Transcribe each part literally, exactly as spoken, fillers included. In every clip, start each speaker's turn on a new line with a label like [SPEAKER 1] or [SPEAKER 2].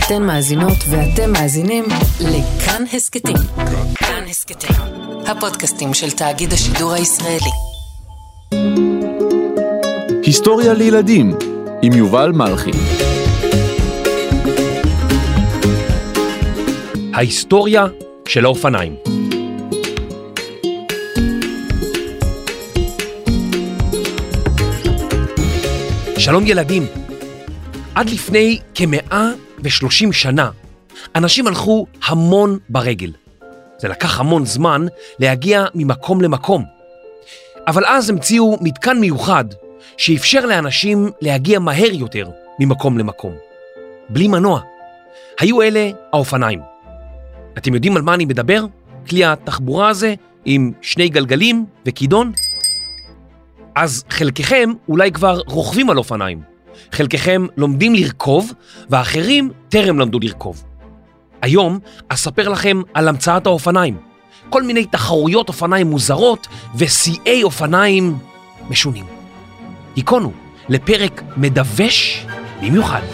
[SPEAKER 1] אתן מאזינות ואתם מאזינים לכאן הסקטים. כאן הסקטים, הפודקאסטים של תאגיד השידור הישראלי.
[SPEAKER 2] היסטוריה לילדים עם יובל מלכי.
[SPEAKER 3] ההיסטוריה של האופניים. שלום ילדים. עד לפני כמאה ושלושים שנה, אנשים הלכו המון ברגל. זה לקח המון זמן להגיע ממקום למקום. אבל אז המציאו מתקן מיוחד שאפשר לאנשים להגיע מהר יותר ממקום למקום. בלי מנוע. היו אלה האופניים. אתם יודעים על מה אני מדבר? כלי התחבורה הזה עם שני גלגלים וכידון? אז חלקכם אולי כבר רוכבים על אופניים. חלקכם לומדים לרכוב, ואחרים טרם למדו לרכוב. היום אספר לכם על המצאת האופניים. כל מיני תחרויות אופניים מוזרות ושיאי אופניים משונים. היכונו לפרק מדווש במיוחד.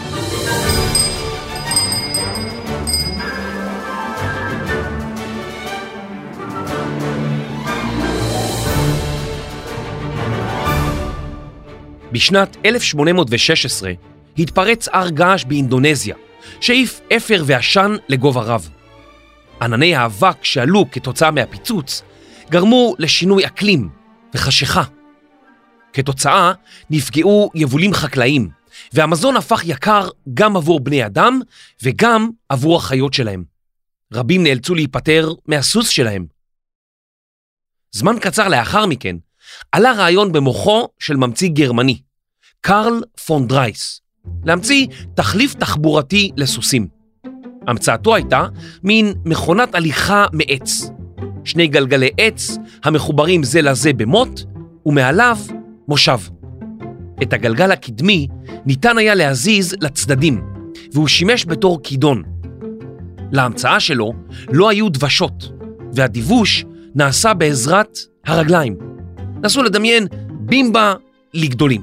[SPEAKER 3] בשנת אלף שמונה מאות ושש עשרה התפרץ הר געש באינדונזיה, שהעיף אפר ועשן לגובה רב. ענני האבק שעלו כתוצאה מהפיצוץ גרמו לשינוי אקלים וחשיכה. כתוצאה נפגעו יבולים חקלאיים, והמזון הפך יקר גם עבור בני אדם וגם עבור החיות שלהם. רבים נאלצו להיפטר מהסוס שלהם. זמן קצר לאחר מכן, עלה רעיון במוחו של ממציא גרמני, קרל פון דרייס, להמציא תחליף תחבורתי לסוסים. המצאתו הייתה מין מכונת הליכה מעץ, שני גלגלי עץ המחוברים זה לזה במוט, ומעליו מושב. את הגלגל הקדמי ניתן היה להזיז לצדדים, והוא שימש בתור כידון. להמצאה שלו לא היו דוושות, והדיווש נעשה בעזרת הרגליים. נסו לדמיין בימבה לגדולים.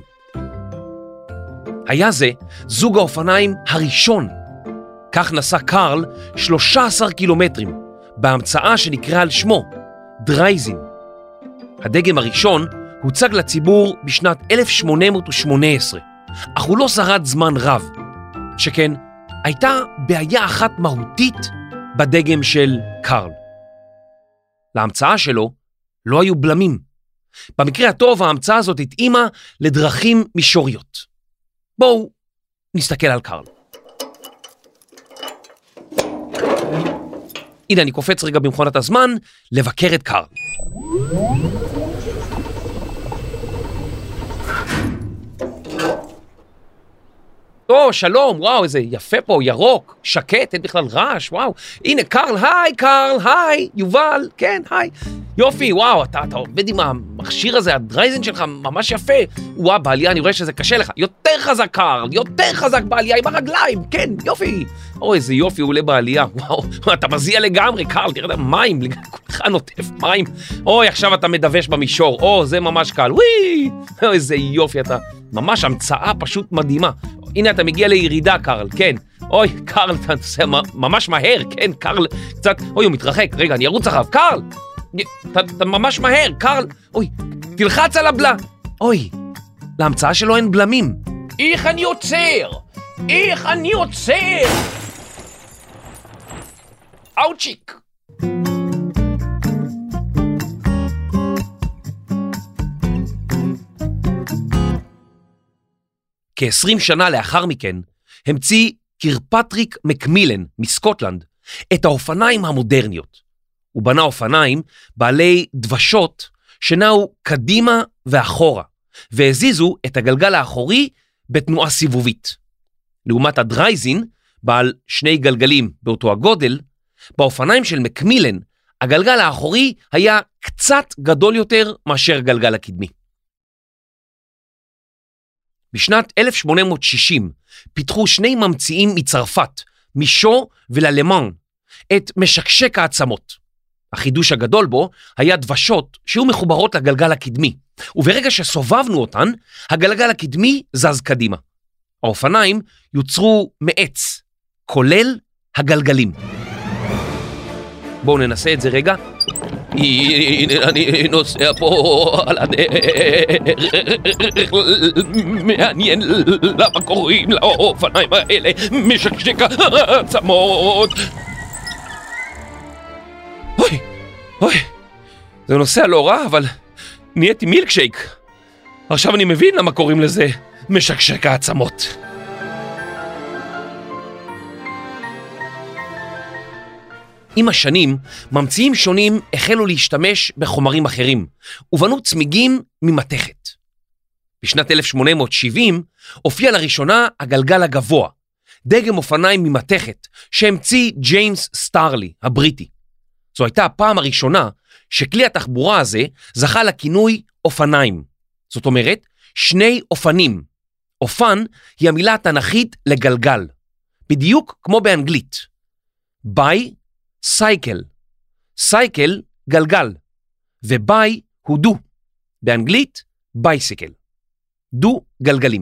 [SPEAKER 3] היה זה זוג האופניים הראשון. כך נסע קרל שלושה עשר קילומטרים בהמצאה שנקרא על שמו, דרייזין. הדגם הראשון הוצג לציבור בשנת אלף שמונה מאות ושמונה עשרה, אך הוא לא שרד זמן רב. שכן הייתה בעיה אחת מהותית בדגם של קרל. להמצאה שלו לא היו בלמים. במקרה הטוב ההמצאה הזאת התאימה לדרכים מישוריות. בואו נסתכל על קרל. הנה אני קופץ רגע במכונת הזמן לבקר את קרל. או, שלום, וואו, איזה יפה פה, ירוק, שקט, אין בכלל רעש, וואו. הנה, קרל, היי, קרל, היי, יובל, כן, היי. יופי, וואו, אתה, אתה עובד עם המכשיר הזה, הדרייזין שלך ממש יפה. וואו, בעלייה, אני רואה שזה קשה לך. יותר חזק, קרל, יותר חזק בעלייה עם הרגליים, כן, יופי. או, איזה יופי, הוא עולה בעלייה, וואו, אתה מזיע לגמרי, קרל, תראה את המים, כולך נוטף מים. אוי, עכשיו אתה מדווש במישור, או, זה ממש קל, וואי, או, איזה יופי, אתה ממש המצאה פשות מדהימה. הנה אתה מגיע לירידה, קרל, כן. אוי, קרל, אתה עושה ממש מהר, כן, קרל, קצת, אוי, הוא מתרחק, רגע, אני ארוץ אחריו, קרל, אתה, אתה ממש מהר, קרל, אוי, תלחץ על הבלה, אוי, להמצאה שלו אין בלמים. איך אני עוצר? איך אני עוצר? אוצ'יק. כ-עשרים שנה לאחר מכן, המציא קירפטריק מקמילן מסקוטלנד את האופניים המודרניות. הוא בנה אופניים בעלי דוושות שנעו קדימה ואחורה, והזיזו את הגלגל האחורי בתנועה סיבובית. לעומת הדרייזין, בעל שני גלגלים באותו הגודל, באופניים של מקמילן, הגלגל האחורי היה קצת גדול יותר מאשר הגלגל הקדמי. בשנת אלף שמונה מאות שישים פיתחו שני ממציאים מצרפת, מישו וללמן, את משקשק העצמות. החידוש הגדול בו היה דוושות שהיו מחוברות לגלגל הקדמי, וברגע שסובבנו אותן, הגלגל הקדמי זז קדימה. האופניים יוצרו מעץ, כולל הגלגלים. בואו ננסה את זה רגע. הנה אני נוסע פה על הדרך, מעניין למה קוראים לאופניים האלה משקשק העצמות. אוי, אוי, זה נוסע לא רע, אבל נהייתי מילקשייק. עכשיו אני מבין למה קוראים לזה משקשק העצמות. עם השנים, ממציאים שונים החלו להשתמש בחומרים אחרים, ובנו צמיגים ממתכת. בשנת אלף שמונה מאות שבעים הופיע לראשונה הגלגל הגבוה, דגם אופניים ממתכת שהמציא ג'יימס סטארלי, הבריטי. זו הייתה הפעם הראשונה שכלי התחבורה הזה זכה לכינוי אופניים. זאת אומרת, שני אופנים. אופן היא המילה התנ"כית לגלגל, בדיוק כמו באנגלית. ביי, סייקל. סייקל, גלגל. וביי הוא דו. באנגלית, בייסיקל. דו גלגלים.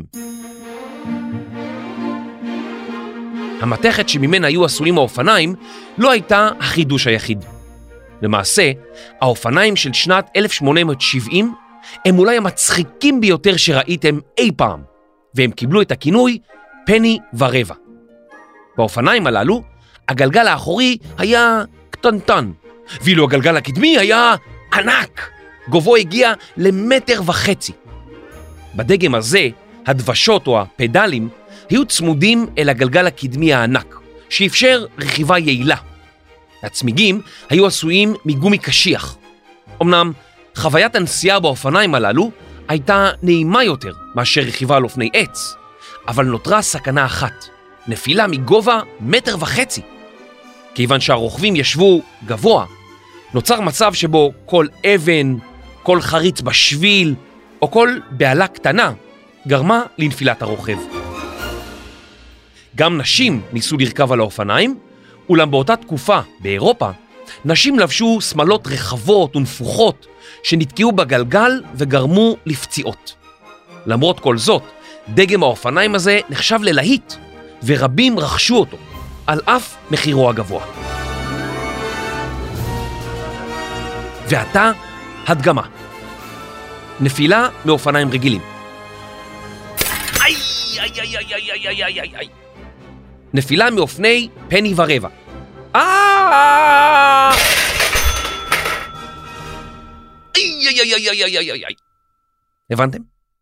[SPEAKER 3] המתכת שממנה היו עשויים האופניים לא הייתה החידוש היחיד. למעשה, האופניים של שנת אלף שמונה מאות שבעים הם אולי המצחיקים ביותר שראיתם אי פעם, והם קיבלו את הכינוי פני ורבע. באופניים הללו, הגלגל האחורי היה קטנטן, ואילו הגלגל הקדמי היה ענק, גובהו הגיע למטר וחצי. בדגם הזה, הדוושות או הפדלים היו צמודים אל הגלגל הקדמי הענק, שאפשר רכיבה יעילה. הצמיגים היו עשויים מגומי קשיח. אמנם חוויית הנסיעה באופניים הללו הייתה נעימה יותר מאשר רכיבה על אופני עץ, אבל נותרה סכנה אחת, נפילה מגובה מטר וחצי. כיוון שהרוכבים ישבו גבוה, נוצר מצב שבו כל אבן, כל חריץ בשביל, או כל בעלה קטנה, גרמה לנפילת הרוכב. גם נשים ניסו לרכב על האופניים, אולם באותה תקופה, באירופה, נשים לבשו שמלות רחבות ונפוחות שנתקעו בגלגל וגרמו לפציעות. למרות כל זאת, דגם האופניים הזה נחשב ללהיט, ורבים רכשו אותו, על אף מחירו הגבוה. ועתה, הדגמה. נפילה מאופניים רגילים. איי, איי, איי, איי, איי, איי, איי, איי, איי. נפילה מאופני פני ורבע. אה! איי, איי, איי, איי, איי, איי, איי. הבנתם?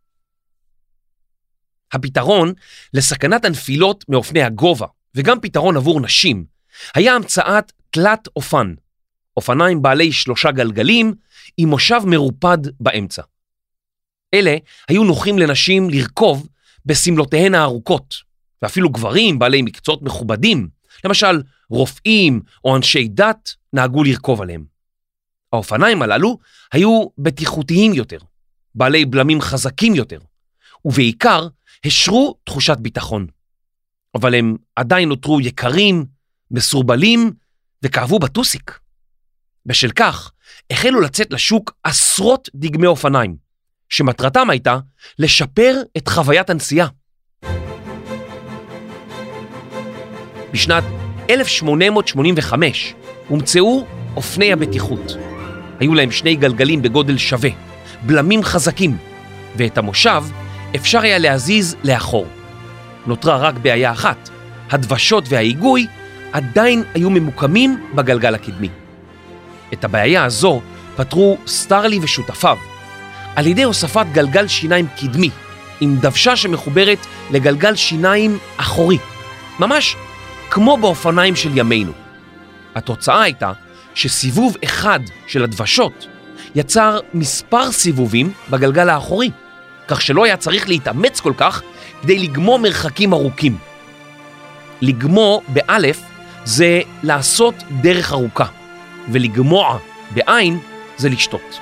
[SPEAKER 3] הפתרון לסכנת הנפילות מאופני הגובה, וגם פתרון עבור נשים, היה המצאת תלת אופן, אופניים בעלי שלושה גלגלים עם מושב מרופד באמצע. אלה היו נוחים לנשים לרכוב בסמלותיהן הארוכות, ואפילו גברים בעלי מקצועות מכובדים, למשל רופאים או אנשי דת, נהגו לרכוב עליהם. האופניים הללו היו בטיחותיים יותר, בעלי בלמים חזקים יותר, ובעיקר השרו תחושת ביטחון. אבל הם עדיין נותרו יקרים, מסורבלים וכאבו בטוסיק. בשל כך, החלו לצאת לשוק עשרות דגמי אופניים, שמטרתם הייתה לשפר את חוויית הנסיעה. בשנת אלף שמונה מאות שמונים וחמש הומצאו אופני הבטיחות. היו להם שני גלגלים בגודל שווה, בלמים חזקים, ואת המושב אפשר היה להזיז לאחור. נותרה רק בעיה אחת, הדוושות וההיגוי עדיין היו ממוקמים בגלגל הקדמי. את הבעיה הזו פתרו סטארלי ושותפיו, על ידי הוספת גלגל שיניים קדמי, עם דוושה שמחוברת לגלגל שיניים אחורי, ממש כמו באופניים של ימינו. התוצאה הייתה שסיבוב אחד של הדוושות יצר מספר סיבובים בגלגל האחורי, כך שלא היה צריך להתאמץ כל כך כדי לגמו מרחקים ארוכים. לגמו באלף זה לעשות דרך ארוכה, ולגמוע בעין זה לשתות.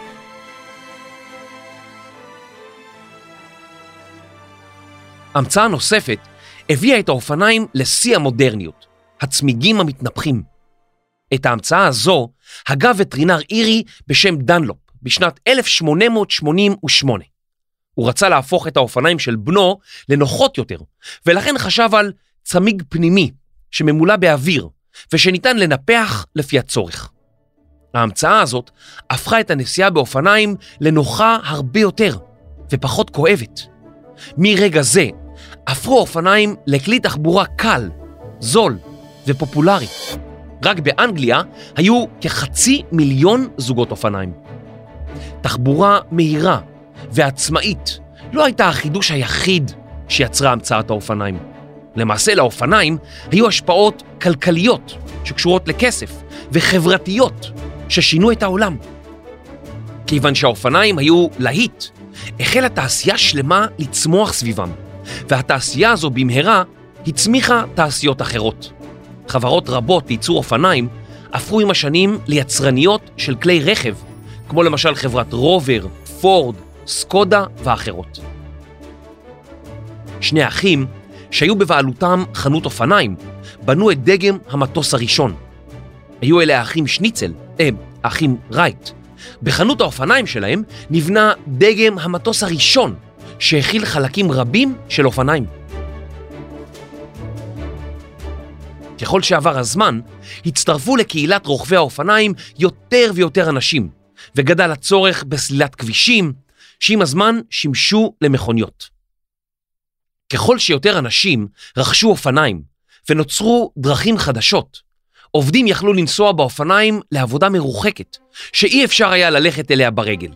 [SPEAKER 3] המצאה נוספת הביאה את האופניים לשיא המודרניות, הצמיגים המתנפחים. את ההמצאה הזו הגה וטרינר אירי בשם דנלופ בשנת אלף שמונה מאות שמונים ושמונה. הוא רצה להפוך את האופניים של בנו לנוחות יותר, ולכן חשב על צמיג פנימי, שממולא באוויר ושניתן לנפח לפי הצורך. ההמצאה הזאת הפכה את הנסיעה באופניים לנוחה הרבה יותר ופחות כואבת. מרגע זה הפכו האופניים לכלי תחבורה קל, זול ופופולרי. רק באנגליה היו כחצי מיליון זוגות אופניים. תחבורה מהירה ועצמאית לא הייתה החידוש היחיד שיצרה המצאת האופניים. למעשה לאופניים היו השפעות כלכליות שקשורות לכסף וחברתיות ששינו את העולם. כיוון שהאופניים היו להיט, החלה תעשייה שלמה לצמוח סביבם, והתעשייה הזו במהרה הצמיחה תעשיות אחרות. חברות רבות לייצור אופניים הפכו עם השנים ליצרניות של כלי רכב, כמו למשל חברת רובר, פורד, סקודה ואחרות. שני אחים שהיו בבעלותם חנות אופניים בנו את דגם המטוס הראשון. היו אלה האחים שניצל, אה, האחים רייט. בחנות האופניים שלהם נבנה דגם המטוס הראשון שהכיל חלקים רבים של אופניים. ככל שעבר הזמן, הצטרפו לקהילת רוכבי האופניים יותר ויותר אנשים, וגדל הצורך בסלילת כבישים, שעם הזמן שימשו למכוניות. ככל שיותר אנשים רכשו אופניים ונוצרו דרכים חדשות, עובדים יכלו לנסוע באופניים לעבודה מרוחקת, שאי אפשר היה ללכת אליה ברגל.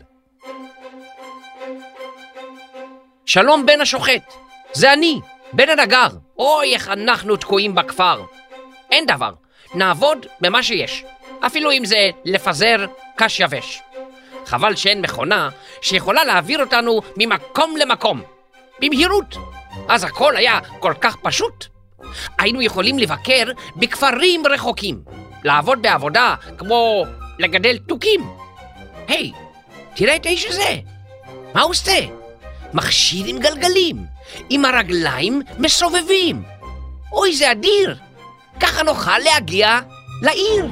[SPEAKER 4] שלום בן השוחט, זה אני, בן הנגר. אוי, איך אנחנו תקועים בכפר. אין דבר, נעבוד במה שיש, אפילו אם זה לפזר קש יבש. חבל שאין מכונה שיכולה להעביר אותנו ממקום למקום, במהירות. אז הכל היה כל כך פשוט. היינו יכולים לבקר בכפרים רחוקים, לעבוד בעבודה כמו לגדל תוכים. היי, תראה את האיש הזה. מה הוא עושה? מכשיר עם גלגלים, עם הרגליים מסובבים. אוי, זה אדיר. ככה נוכל להגיע לעיר.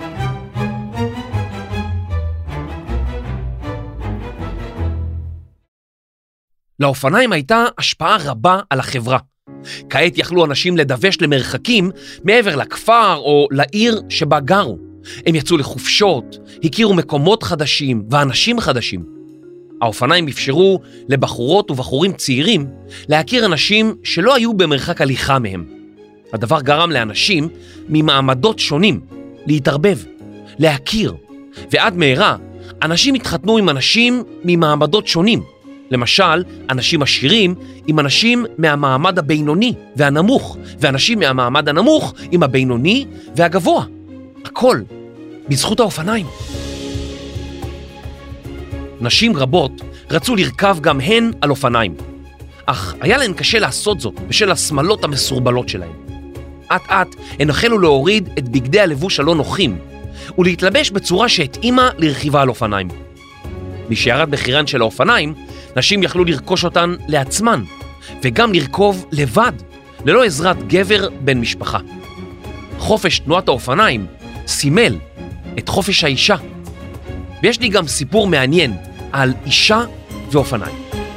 [SPEAKER 3] לאופניים הייתה השפעה רבה על החברה. כעת יכלו אנשים לדווש למרחקים מעבר לכפר או לעיר שבה גרו. הם יצאו לחופשות, הכירו מקומות חדשים ואנשים חדשים. האופניים אפשרו לבחורות ובחורים צעירים להכיר אנשים שלא היו במרחק הליכה מהם. הדבר גרם לאנשים ממעמדות שונים להתערבב, להכיר, ועד מהרה אנשים התחתנו עם אנשים ממעמדות שונים. למשל, אנשים עשירים עם אנשים מהמעמד הבינוני והנמוך, ואנשים מהמעמד הנמוך עם הבינוני והגבוה. הכל בזכות האופניים. נשים רבות רצו לרכב גם הן על אופניים, אך היה להן קשה לעשות זאת בשל השמלות המסורבלות שלהן. עט עט הן החלו להוריד את בגדי הלבוש הלא נוחים ולהתלבש בצורה שהתאימה לרכיבה על אופניים. משירד מחירן של האופניים, נשים יכלו לרכוש אותן לעצמן וגם לרכוב לבד, ללא עזרת גבר בן משפחה. חופש תנועת האופניים סימל את חופש האישה. ויש לי גם סיפור מעניין על אישה ואופניים.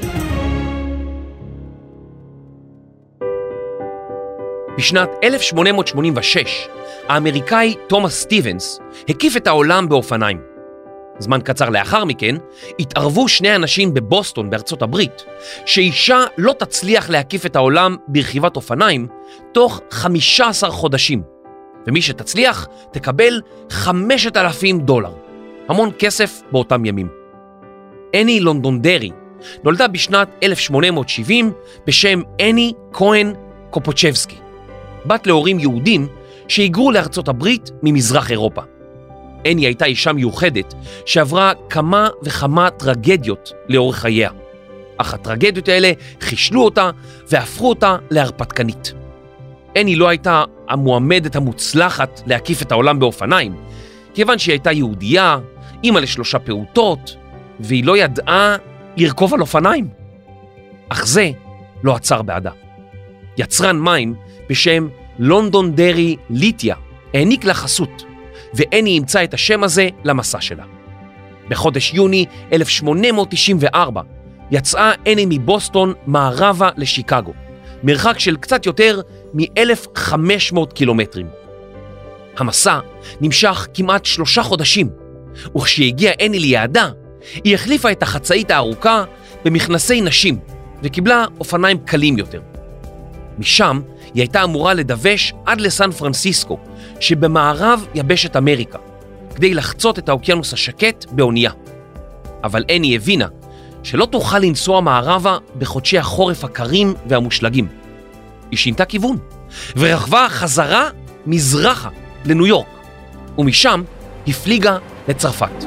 [SPEAKER 3] בשנת אלף שמונה מאות שמונים ושש, האמריקאי תומאס סטיבנס הקיף את העולם באופניים. זמן קצר לאחר מכן, התערבו שני אנשים בבוסטון בארצות הברית, שאישה לא תצליח להקיף את העולם ברכיבת אופניים תוך חמישה עשר חודשים, ומי שתצליח תקבל חמשת אלפים דולר. המון כסף באותם ימים. אני לונדונדרי נולדה בשנת אלף שמונה מאות שבעים בשם אני כהן קופוצ'בסקי, בת להורים יהודים שהיגרו לארצות הברית ממזרח אירופה. אני הייתה אישה מיוחדת שעברה כמה וכמה טרגדיות לאורך חייה, אך הטרגדיות האלה חישלו אותה והפכו אותה להרפתקנית. אני לא הייתה המועמדת המוצלחת להקיף את העולם באופניים, כיוון שהיא הייתה יהודייה, אמא לשלושה פעוטות, והיא לא ידעה לרכוב על אופניים. אך זה לא עצר בעדה. יצרן מים בשם לונדונדרי ליטיה העניק לה חסות, ואני אימצה את השם הזה למסע שלה. בחודש יוני אלף שמונה מאות תשעים וארבע יצאה אני מבוסטון מערבה לשיקגו, מרחק של קצת יותר מ-אלף וחמש מאות קילומטרים. המסע נמשך כמעט שלושה חודשים, וכשהגיעה אני ליעדה, היא החליפה את החצאית הארוכה במכנסי נשים, וקיבלה אופניים קלים יותר. משם היא הייתה אמורה לדווש עד לסן פרנסיסקו, שבמערב יבשת אמריקה, כדי לחצות את האוקיינוס השקט באונייה. אבל אני הבינה שלא תוכל לנסוע מערבה בחודשי החורף הקרים והמושלגים. היא שינתה כיוון, ורכבה חזרה מזרחה לניו יורק, ומשם הפליגה לצרפת.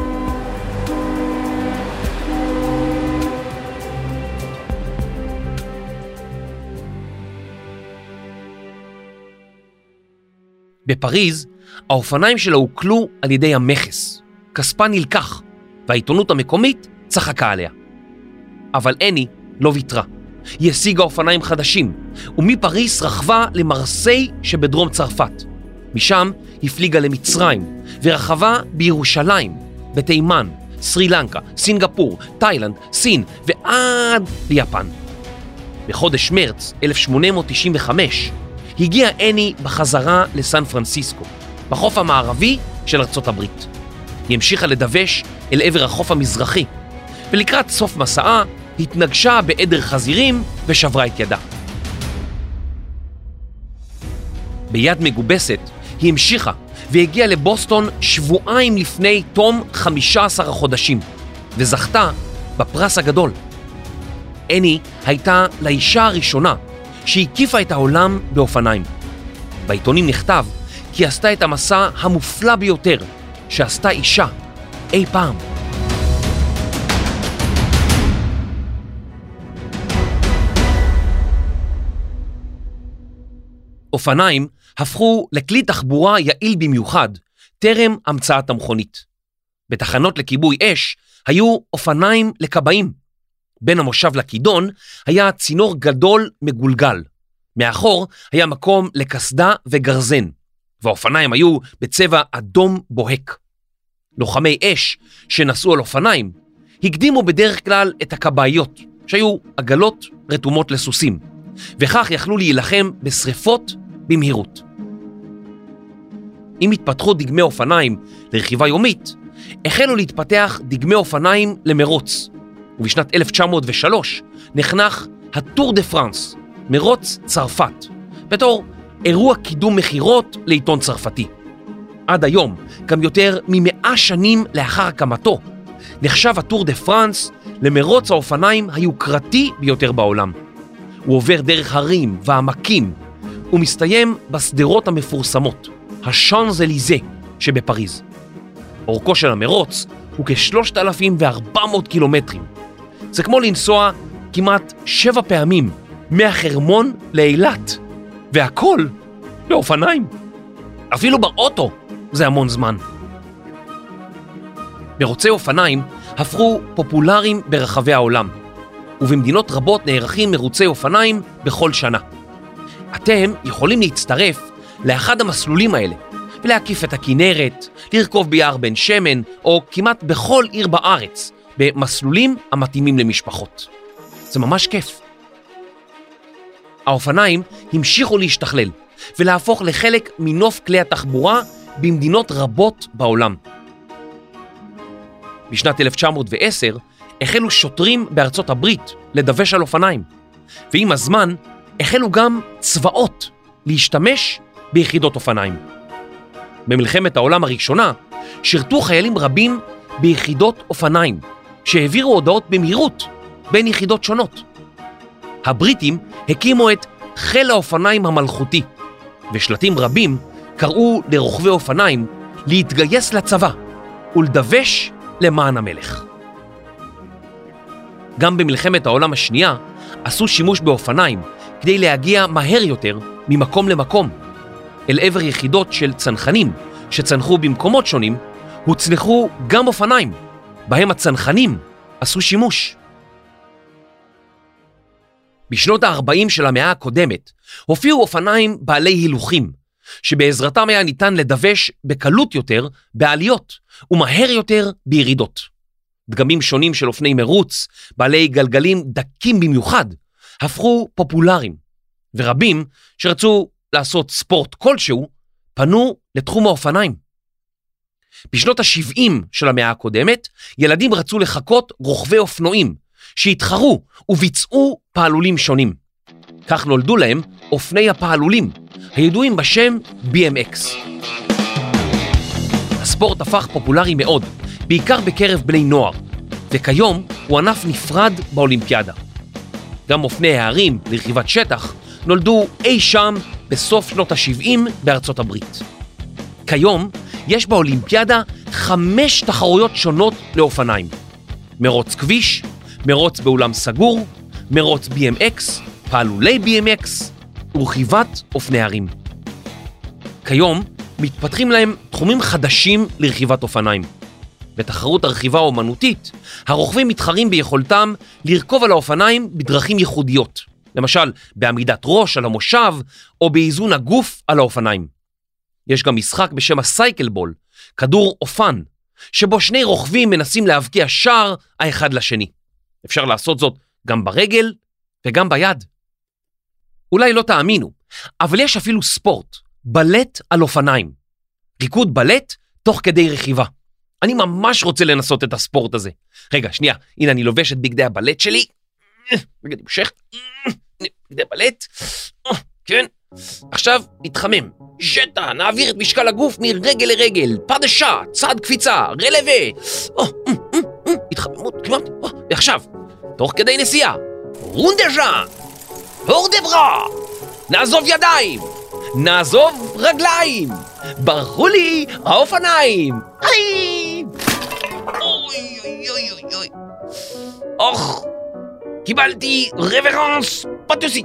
[SPEAKER 3] בפריז, האופניים שלה הוקלו על ידי המכס. כספה נלקח, והעיתונות המקומית צחקה עליה. אבל אני לא ויתרה. היא השיגה אופניים חדשים, ומפריז רכבה למרסיי שבדרום צרפת. משם הפליגה למצרים, ורחבה בירושלים, בתימן, סרי לנקה, סינגפור, תאילנד, סין, ועד ליפן. בחודש מרץ אלף שמונה מאות תשעים וחמש, הגיעה אני בחזרה לסן פרנסיסקו, בחוף המערבי של ארצות הברית. היא המשיכה לדווש אל עבר החוף המזרחי, ולקראת סוף מסעה התנגשה בעדר חזירים ושברה את ידה. ביד מגובסת היא המשיכה והגיעה לבוסטון שבועיים לפני תום חמישה עשר החודשים, וזכתה בפרס הגדול. אני הייתה לאישה הראשונה שהקיפה את העולם באופניים. בעיתונים נכתב כי עשתה את המסע המופלא ביותר שעשתה אישה אי פעם. אופניים הפכו לכלי תחבורה יעיל במיוחד טרם המצאת המכונית. בתחנות לכיבוי אש היו אופניים לכבאים. בין המושב לכידון היה צינור גדול מגולגל. מאחור היה מקום לקסדה וגרזן, והאופניים היו בצבע אדום בוהק. לוחמי אש שנסעו על אופניים הקדימו בדרך כלל את הכבאיות, שהיו עגלות רתומות לסוסים, וכך יכלו להילחם בשריפות במהירות. עם התפתחות דגמי אופניים לרכיבה יומית, החלו להתפתח דגמי אופניים למרוץ, ובשנת אלף תשע מאות ושלוש נחנך הטור דה פרנס, מרוץ צרפת, בתור אירוע קידום מחירות לעיתון צרפתי. עד היום, גם יותר ממאה שנים לאחר הקמתו, נחשב הטור דה פרנס למרוץ האופניים היוקרתי ביותר בעולם. הוא עובר דרך הרים ועמקים, ומסתיים בסדרות המפורסמות, השאנז-אליזה שבפריז. אורכו של המרוץ הוא כ-שלושת אלפים וארבע מאות קילומטרים. זה כמו לנסוע כמעט שבע פעמים מהחרמון לאילת, והכל באופניים. אפילו באוטו זה המון זמן. מרוצי אופניים הפכו פופולריים ברחבי העולם, ובמדינות רבות נערכים מרוצי אופניים בכל שנה. אתם יכולים להצטרף לאחד המסלולים האלה, ולהקיף את הכינרת, לרכוב ביער בן שמן, או כמעט בכל עיר בארץ, במסלולים המתאימים למשפחות. זה ממש כיף. האופניים המשיכו להשתכלל, ולהפוך לחלק מנוף כלי התחבורה במדינות רבות בעולם. בשנת אלף תשע מאות ועשר החלו שוטרים בארצות הברית לדווש על אופניים, ועם הזמן החלו גם צבאות להשתמש ביחידות אופניים. במלחמת העולם הראשונה שירתו חיילים רבים ביחידות אופניים, שהעבירו הודעות במהירות בין יחידות שונות. הבריטים הקימו את חיל האופניים המלכותי, ושלטים רבים קראו לרוכבי אופניים להתגייס לצבא ולדווש למען המלך. גם במלחמת העולם השנייה עשו שימוש באופניים כדי להגיע מהר יותר ממקום למקום. אל עבר יחידות של צנחנים שצנחו במקומות שונים, הוצנחו גם אופניים, בהם הצנחנים עשו שימוש. בשנות ה-ארבעים של המאה הקודמת הופיעו אופניים בעלי הילוכים, שבעזרתם היה ניתן לדווש בקלות יותר בעליות ומהר יותר בירידות. דגמים שונים של אופני מרוץ, בעלי גלגלים דקים במיוחד, הפכו פופולריים, ורבים שרצו לעשות ספורט כלשהו, פנו לתחום האופניים. בשנות ה-שבעים של המאה הקודמת, ילדים רצו לחכות רוכבי אופנועים, שהתחרו וביצעו פעלולים שונים. כך נולדו להם אופני הפעלולים, הידועים בשם בי אם אקס. הספורט הפך פופולרי מאוד, בעיקר בקרב בני נוער, וכיום הוא ענף נפרד באולימפיאדה. גם אופני הערים לרכיבת שטח נולדו אי שם בסוף שנות ה-שבעים בארצות הברית. כיום יש באולימפיאדה חמש תחרויות שונות לאופניים. מרוץ כביש, מרוץ באולם סגור, מרוץ בי אם אקס, פעלולי בי אם אקס ורכיבת אופני ערים. כיום מתפתחים להם תחומים חדשים לרכיבת אופניים. בתחרות הרכיבה האומנותית, הרוכבים מתחרים ביכולתם לרכוב על האופניים בדרכים ייחודיות. למשל, בעמידת ראש על המושב, או באיזון הגוף על האופניים. יש גם משחק בשם הסייקלבול, כדור אופן, שבו שני רוכבים מנסים להבקיע שער האחד לשני. אפשר לעשות זאת גם ברגל וגם ביד. אולי לא תאמינו, אבל יש אפילו ספורט, בלט על אופניים. ריקוד בלט תוך כדי רכיבה. אני ממש רוצה לנסות את הספורט הזה. רגע, שנייה, הנה אני לובש את בגדי הבלט שלי. רגע, אני מושך. בגדי הבלט. כן. עכשיו נתחמם. שטה, נעביר את משקל הגוף מרגל לרגל. פדשה, צעד קפיצה, רלווה. התחממות, כמעט. ועכשיו, תוך כדי נסיעה. רונדז'ה. הורדברה. נעזוב ידיים. נעזוב רגליים. ברחו לי האופניים. איי! אוי אוי אוי אוי אוי. אוח, קיבלתי רברנס פטוסיק.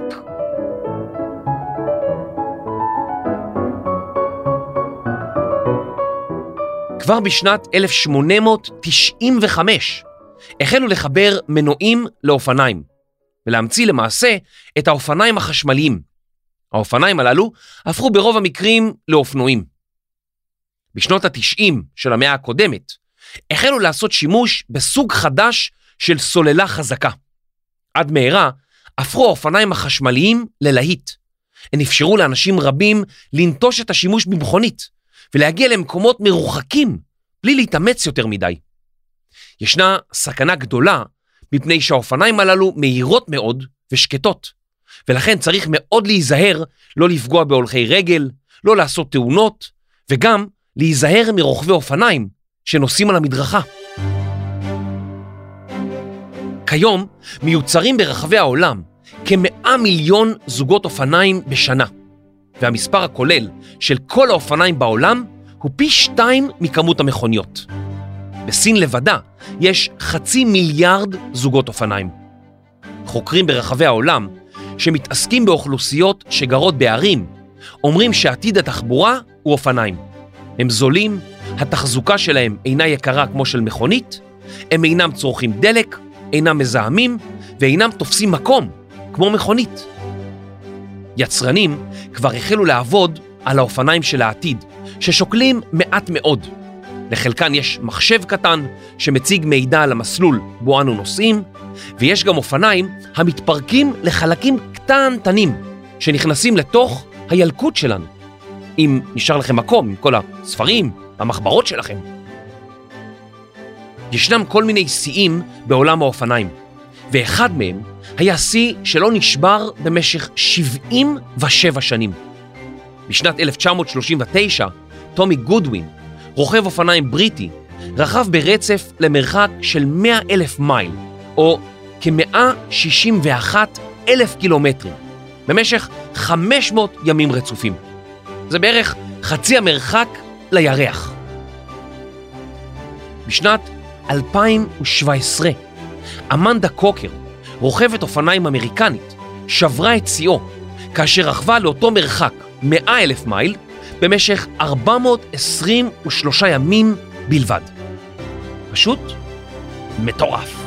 [SPEAKER 3] כבר בשנת אלף שמונה מאות תשעים וחמש החלו לחבר מנועים לאופניים, ולהמציא למעשה את האופניים החשמליים. האופניים הללו הפכו ברוב המקרים לאופנועים. בשנות ה-תשעים של המאה הקודמת, החלו לעשות שימוש בסוג חדש של סוללה חזקה. עד מהרה הפכו האופניים החשמליים ללהיט. הן אפשרו לאנשים רבים לנטוש את השימוש במכונית, ולהגיע למקומות מרוחקים, בלי להתאמץ יותר מדי. ישנה סכנה גדולה, מפני שהאופניים הללו מהירות מאוד ושקטות, ולכן צריך מאוד להיזהר לא לפגוע בהולכי רגל, לא לעשות תאונות, וגם להיזהר מרוכבי אופניים שנוסעים על המדרכה. כיום מיוצרים ברחבי העולם כמאה מיליון זוגות אופניים בשנה, והמספר הכולל של כל האופניים בעולם הוא פי שתיים מכמות המכוניות. בסין לבדה יש חצי מיליארד זוגות אופניים. חוקרים ברחבי העולם שמתעסקים באוכלוסיות שגרות בערים אומרים שעתיד התחבורה הוא אופניים. הם זולים, התחזוקה שלהם אינה יקרה כמו של מכונית, הם אינם צורכים דלק, אינם מזהמים ואינם תופסים מקום כמו מכונית. יצרנים כבר החלו לעבוד על האופניים של העתיד, ששוקלים מעט מאוד. לחלקן יש מחשב קטן שמציג מידע על המסלול בו אנו נוסעים, ויש גם אופניים המתפרקים לחלקים קטנטנים שנכנסים לתוך הילקוט שלנו. אם נשאר לכם מקום עם כל הספרים, המחברות שלכם. ישנם כל מיני שיאים בעולם האופניים, ואחד מהם היה שיא שלא נשבר במשך שבעים ושבע שנים. בשנת אלף תשע מאות שלושים ותשע, טומי גודווין, רוכב אופניים בריטי, רכב ברצף למרחק של מאה אלף מייל, או כ-מאה שישים ואחד אלף קילומטרים, במשך חמש מאות ימים רצופים. זה בערך חצי המרחק לירח. בשנת אלפיים שבע עשרה, אמנדה קוקר, רוכבת אופניים אמריקנית, שברה את שיאו, כאשר רכבה לאותו מרחק, מאה אלף מייל, במשך ארבע מאות עשרים ושלושה ימים בלבד. פשוט מטורף.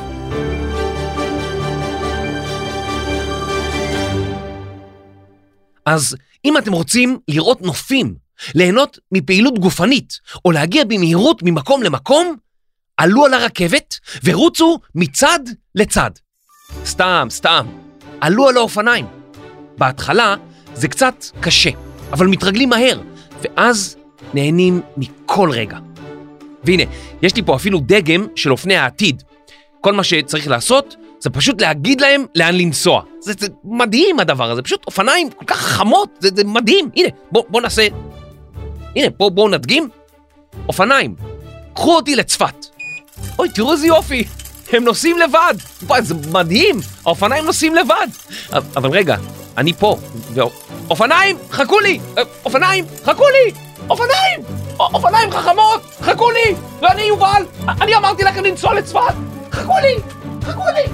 [SPEAKER 3] אז אם אתם רוצים לראות נופים, ליהנות מפעילות גופנית, או להגיע במהירות ממקום למקום, עלו על הרכבת ורוצו מצד לצד. סתם, סתם. עלו על האופניים. בהתחלה זה קצת קשה, אבל מתרגלים מהר, ואז נהנים מכל רגע. והנה, יש לי פה אפילו דגם של אופני העתיד. כל מה שצריך לעשות זה פשוט להגיד להם לאן לנסוע. זה, זה מדהים הדבר הזה, פשוט אופניים כל כך חמות, זה, זה מדהים. הנה, בוא, בוא נעשה... הנה, פה בואו נדגים. אופניים, קחו אותי לצפת. אוי, תראו איזה יופי, הם נוסעים לבד. וואי, זה מדהים, האופניים נוסעים לבד. אבל רגע, אני פה. אופניים, חכו לי! אופניים, חכו לי! אופניים! אופניים חכמות, חכו לי! ואני יובל, אני אמרתי לכם לנסוע לצפת. חכו לי! חכו לי!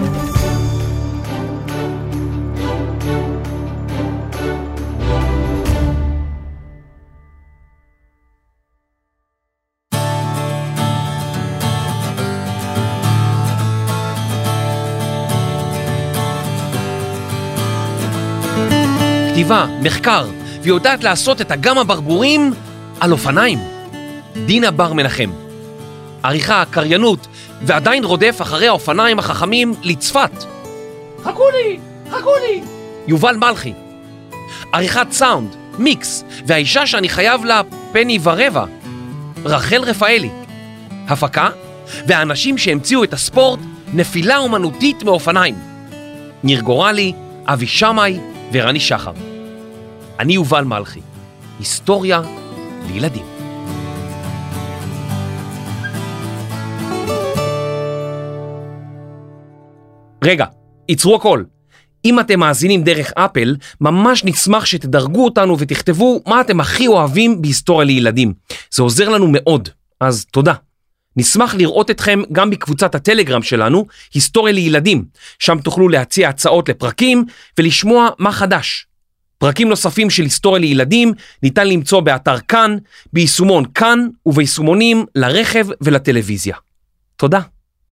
[SPEAKER 3] כתיבה, מחקר, ויודעת לעשות את אגם הברבורים על אופניים. דינה בר מנחם. עריכה, קריינות, ועדיין רודף אחרי האופניים החכמים לצפת. חכו לי, חכו לי. יובל מלכי. עריכת סאונד, מיקס, והאישה שאני חייב לה פני ורבע. רחל רפאלי. הפקה, והאנשים שהמציאו את הספורט, נפילה אומנותית מאופניים. ניר גורלי, אבי שמאי ורני שחר. אני יובל מלכי. היסטוריה לילדים. רגע, ייצרו הכל. אם אתם מאזינים דרך אפל, ממש נשמח שתדרגו אותנו ותכתבו מה אתם הכי אוהבים בהיסטוריה לילדים. זה עוזר לנו מאוד, אז תודה. נשמח לראות אתכם גם בקבוצת הטלגרם שלנו, היסטוריה לילדים. שם תוכלו להציע הצעות לפרקים ולשמוע מה חדש. פרקים נוספים של היסטוריה לילדים ניתן למצוא באתר כאן, ביישומון כאן וביישומונים לרכב ולטלוויזיה. תודה.